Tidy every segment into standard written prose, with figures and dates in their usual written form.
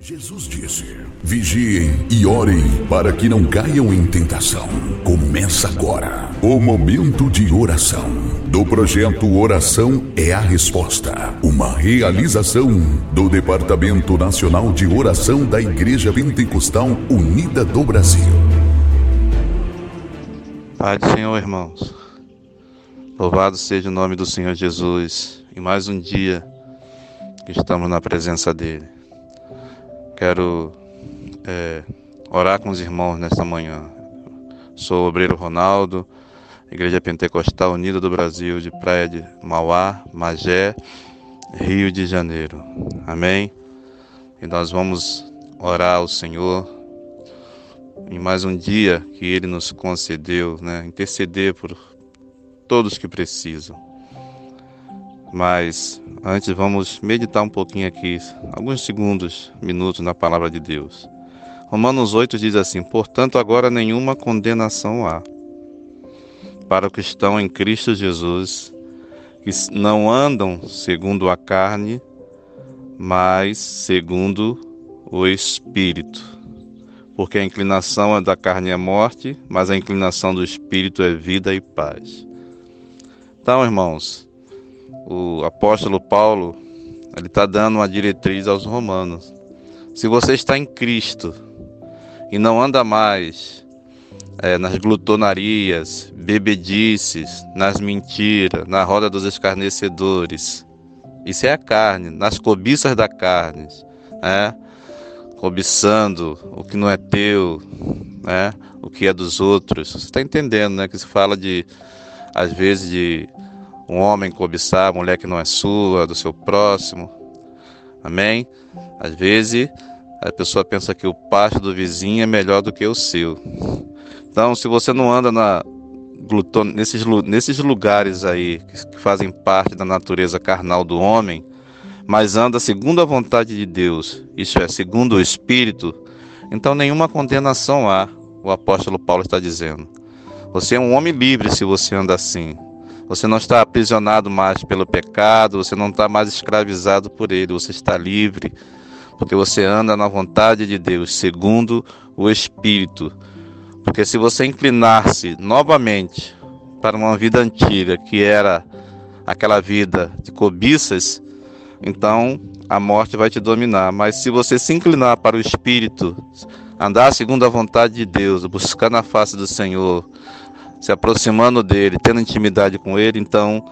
Jesus disse: vigiem e orem para que não caiam em tentação. Começa agora o momento de oração do projeto Oração é a Resposta, uma realização do Departamento Nacional de Oração da Igreja Pentecostal Unida do Brasil. Pai do Senhor, irmãos, louvado seja o nome do Senhor Jesus, em mais um dia que estamos na presença dEle. Quero orar com os irmãos nesta manhã. Sou o obreiro Ronaldo, Igreja Pentecostal Unida do Brasil, de Praia de Mauá, Magé, Rio de Janeiro. Amém? E nós vamos orar ao Senhor em mais um dia que Ele nos concedeu, interceder por todos que precisam. Mas antes vamos meditar um pouquinho aqui, alguns minutos na palavra de Deus. Romanos 8 diz assim: portanto agora nenhuma condenação há para os que estão em Cristo Jesus, que não andam segundo a carne, mas segundo o Espírito. Porque a inclinação da carne é morte, mas a inclinação do Espírito é vida e paz. Então, irmãos, o apóstolo Paulo, ele está dando uma diretriz aos romanos. Se você está em Cristo e não anda mais nas glutonarias, bebedices, nas mentiras, na roda dos escarnecedores, isso é a carne, nas cobiças da carne, cobiçando o que não é teu, o que é dos outros. Você está entendendo, que se fala às vezes de um homem cobiçar a mulher que não é sua, do seu próximo. Amém? Às vezes a pessoa pensa que o pasto do vizinho é melhor do que o seu. Então, se você não anda nesses lugares aí que fazem parte da natureza carnal do homem, mas anda segundo a vontade de Deus, isso é, segundo o Espírito, então nenhuma condenação há, o apóstolo Paulo está dizendo. Você é um homem livre se você anda assim. Você não está aprisionado mais pelo pecado, você não está mais escravizado por ele, você está livre, porque você anda na vontade de Deus, segundo o Espírito. Porque se você inclinar-se novamente para uma vida antiga, que era aquela vida de cobiças, então a morte vai te dominar. Mas se você se inclinar para o Espírito, andar segundo a vontade de Deus, buscar na face do Senhor, se aproximando dele, tendo intimidade com ele, então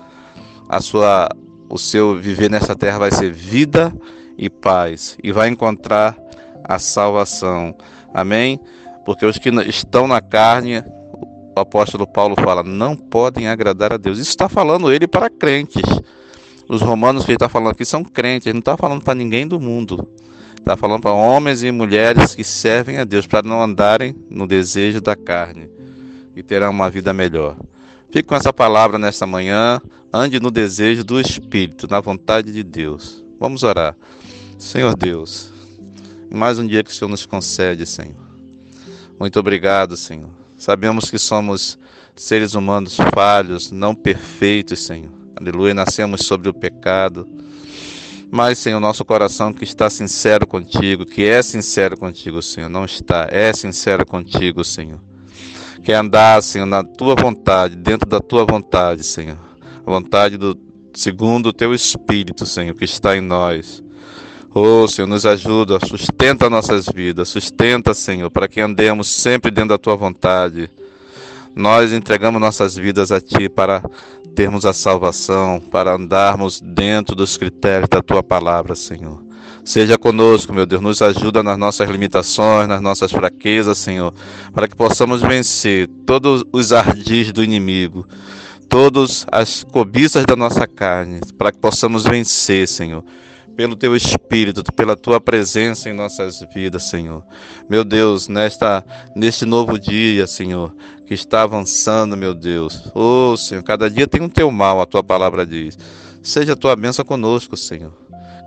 o seu viver nessa terra vai ser vida e paz, e vai encontrar a salvação. Amém? Porque os que estão na carne, o apóstolo Paulo fala, não podem agradar a Deus. Isso está falando ele para crentes. Os romanos que ele está falando aqui são crentes, ele não está falando para ninguém do mundo. Está falando para homens e mulheres que servem a Deus, para não andarem no desejo da carne e terão uma vida melhor. Fique com essa palavra nesta manhã. Ande no desejo do Espírito, na vontade de Deus. Vamos orar. Senhor Deus, mais um dia que o Senhor nos concede, Senhor. Muito obrigado, Senhor. Sabemos que somos seres humanos falhos, não perfeitos, Senhor. Aleluia, nascemos sobre o pecado. Mas, Senhor, nosso coração que está sincero contigo, que é sincero contigo, Senhor, não está, é sincero contigo, Senhor. Quer andar, Senhor, na tua vontade, dentro da tua vontade, Senhor. A vontade segundo o teu Espírito, Senhor, que está em nós. Oh, Senhor, nos ajuda, sustenta nossas vidas, sustenta, Senhor, para que andemos sempre dentro da tua vontade. Nós entregamos nossas vidas a Ti para termos a salvação, para andarmos dentro dos critérios da Tua palavra, Senhor. Seja conosco, meu Deus, nos ajuda nas nossas limitações, nas nossas fraquezas, Senhor, para que possamos vencer todos os ardis do inimigo, todas as cobiças da nossa carne, para que possamos vencer, Senhor, pelo Teu Espírito, pela Tua presença em nossas vidas, Senhor. Meu Deus, neste novo dia, Senhor, que está avançando, meu Deus. Oh, Senhor, cada dia tem um Teu mal, a Tua palavra diz. Seja a Tua bênção conosco, Senhor.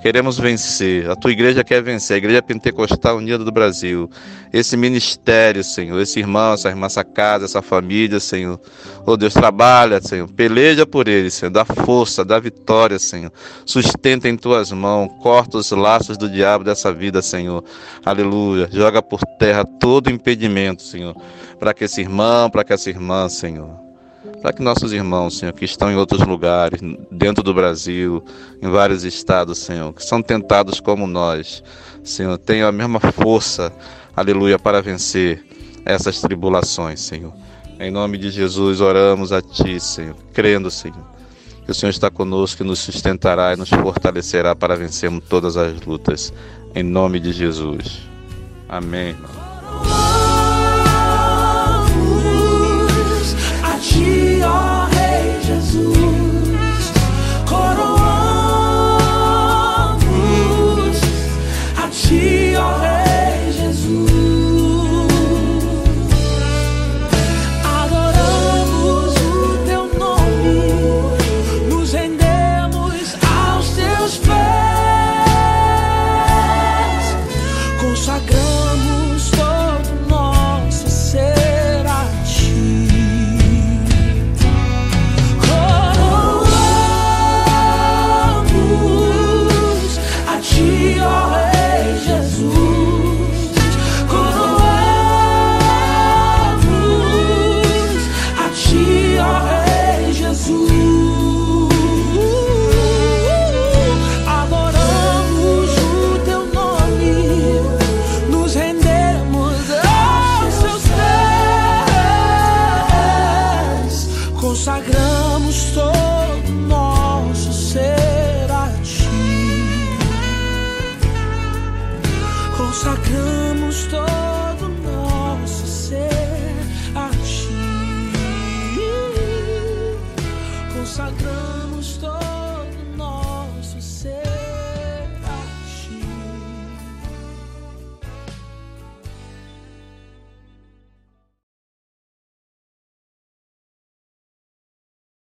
Queremos vencer. A tua igreja quer vencer. A Igreja Pentecostal Unida do Brasil. Esse ministério, Senhor. Esse irmão, essa casa, essa família, Senhor. Oh Deus, trabalha, Senhor. Peleja por eles, Senhor. Dá força, dá vitória, Senhor. Sustenta em tuas mãos. Corta os laços do diabo dessa vida, Senhor. Aleluia. Joga por terra todo impedimento, Senhor. Para que esse irmão, para que essa irmã, Senhor. Para que nossos irmãos, Senhor, que estão em outros lugares, dentro do Brasil, em vários estados, Senhor, que são tentados como nós, Senhor, tenham a mesma força, aleluia, para vencer essas tribulações, Senhor. Em nome de Jesus, oramos a Ti, Senhor, crendo, Senhor, que o Senhor está conosco e nos sustentará e nos fortalecerá para vencermos todas as lutas. Em nome de Jesus. Amém, irmão.